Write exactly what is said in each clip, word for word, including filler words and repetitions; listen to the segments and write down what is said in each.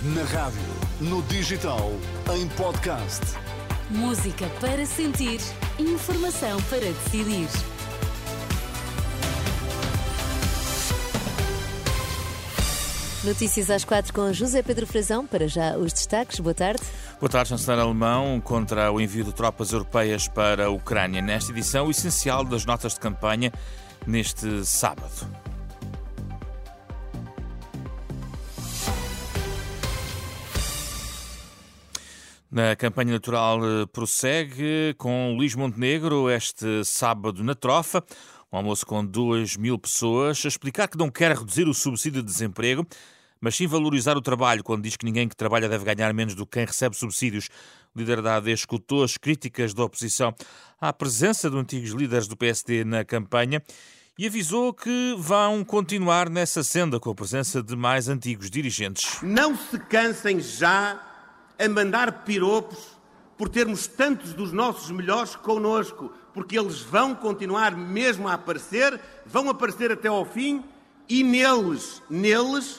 Na rádio, no digital, em podcast. Música para sentir, informação para decidir. Notícias às quatro com José Pedro Frazão. Para já os destaques. Boa tarde. Boa tarde, chanceler alemão contra o envio de tropas europeias para a Ucrânia. Nesta edição, o essencial das notas de campanha neste sábado. A campanha eleitoral prossegue com Luís Montenegro este sábado na Trofa, um almoço com duas mil pessoas, a explicar que não quer reduzir o subsídio de desemprego, mas sim valorizar o trabalho, quando diz que ninguém que trabalha deve ganhar menos do que quem recebe subsídios. O líder da A D escutou as críticas da oposição à presença de antigos líderes do P S D na campanha e avisou que vão continuar nessa senda com a presença de mais antigos dirigentes. Não se cansem já a mandar piropos por termos tantos dos nossos melhores connosco, porque eles vão continuar mesmo a aparecer, vão aparecer até ao fim, e neles, neles,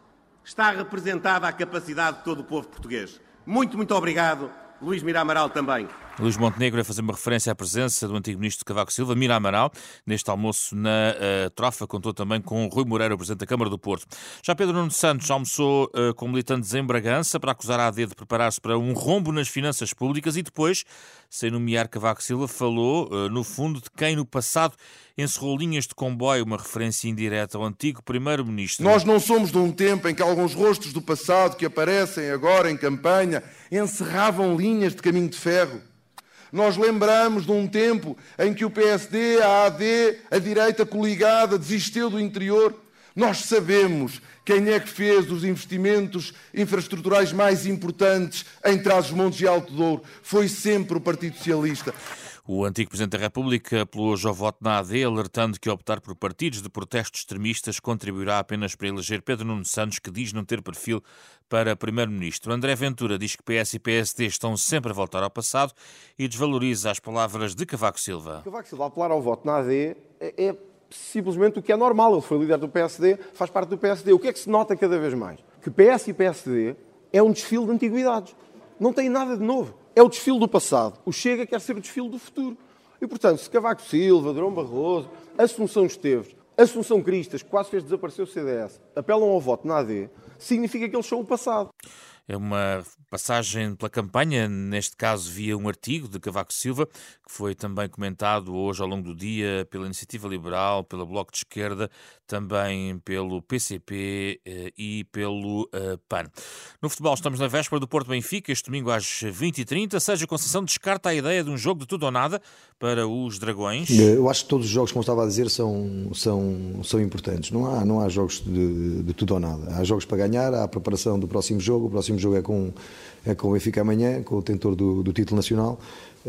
está representada a capacidade de todo o povo português. Muito, muito obrigado. Luís Mira Amaral também. Luís Montenegro a fazer uma referência à presença do antigo ministro de Cavaco Silva, Mira Amaral, neste almoço na uh, Trofa. Contou também com Rui Moreira, o presidente da Câmara do Porto. Já Pedro Nuno Santos almoçou uh, com militantes em Bragança para acusar a A D de preparar-se para um rombo nas finanças públicas e depois, sem nomear Cavaco Silva, falou, uh, no fundo, de quem no passado encerrou linhas de comboio, uma referência indireta ao antigo primeiro-ministro. Nós não somos de um tempo em que alguns rostos do passado que aparecem agora em campanha encerravam linhas de caminho de ferro. Nós lembramos de um tempo em que o P S D, a A D, a direita coligada desistiu do interior. Nós sabemos quem é que fez os investimentos infraestruturais mais importantes em Trás-os-Montes e Alto Douro. Foi sempre o Partido Socialista. O antigo Presidente da República apelou hoje ao voto na A D, alertando que optar por partidos de protestos extremistas contribuirá apenas para eleger Pedro Nuno Santos, que diz não ter perfil para Primeiro-Ministro. André Ventura diz que P S e P S D estão sempre a voltar ao passado e desvaloriza as palavras de Cavaco Silva. Cavaco Silva apelar ao voto na A D é, é simplesmente o que é normal. Ele foi líder do P S D, faz parte do P S D. O que é que se nota cada vez mais? Que P S e P S D é um desfile de antiguidades. Não tem nada de novo. É o desfile do passado. O Chega quer ser o desfile do futuro. E, portanto, se Cavaco Silva, Durão Barroso, Assunção Esteves, Assunção Cristas, que quase fez desaparecer o C D S, apelam ao voto na A D, significa que eles são o passado. É uma passagem pela campanha, neste caso via um artigo de Cavaco Silva, que foi também comentado hoje ao longo do dia pela Iniciativa Liberal, pelo Bloco de Esquerda, também pelo P C P eh, e pelo uh, P A N. No futebol estamos na véspera do Porto Benfica, este domingo às vinte e trinta. Sérgio Conceição descarta a ideia de um jogo de tudo ou nada para os Dragões. Eu acho que todos os jogos, como estava a dizer, são, são, são importantes. Não há, não há jogos de, de tudo ou nada. Há jogos para ganhar, há a preparação do próximo jogo. O próximo jogo é com, é com o Benfica amanhã, com o detentor do, do título nacional.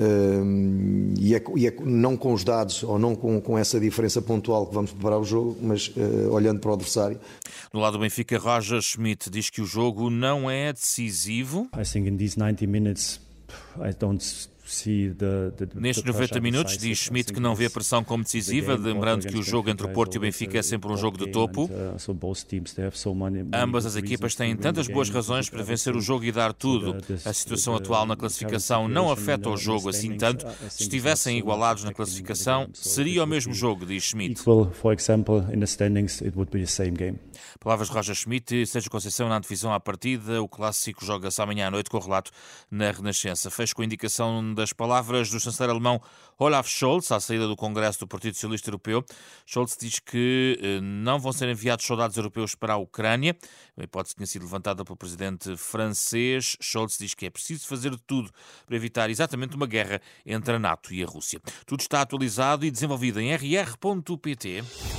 Uh, e, é, e é não com os dados ou não com, com essa diferença pontual que vamos preparar o jogo, mas uh, olhando para o adversário. No lado do Benfica, Roger Schmidt diz que o jogo não é decisivo. I think in these ninety minutes I don't see the, the, the Nestes noventa minutos, diz Schmidt que não vê a pressão como decisiva, lembrando que o jogo entre o Porto e o Benfica é sempre um jogo de topo. Ambas as equipas têm tantas boas razões para vencer o jogo e dar tudo. A situação atual na classificação não afeta o jogo assim tanto. Se estivessem igualados na classificação, seria o mesmo jogo, diz Schmidt. Palavras de Roger Schmidt e Sérgio Conceição na divisão à partida. O clássico joga-se amanhã à noite com o relato na Renascença. Fecho com a indicação das palavras do chanceler alemão Olaf Scholz à saída do Congresso do Partido Socialista Europeu. Scholz diz que eh, não vão ser enviados soldados europeus para a Ucrânia. A hipótese tinha sido levantada pelo presidente francês. Scholz diz que é preciso fazer de tudo para evitar exatamente uma guerra entre a NATO e a Rússia. Tudo está atualizado e desenvolvido em r r ponto p t.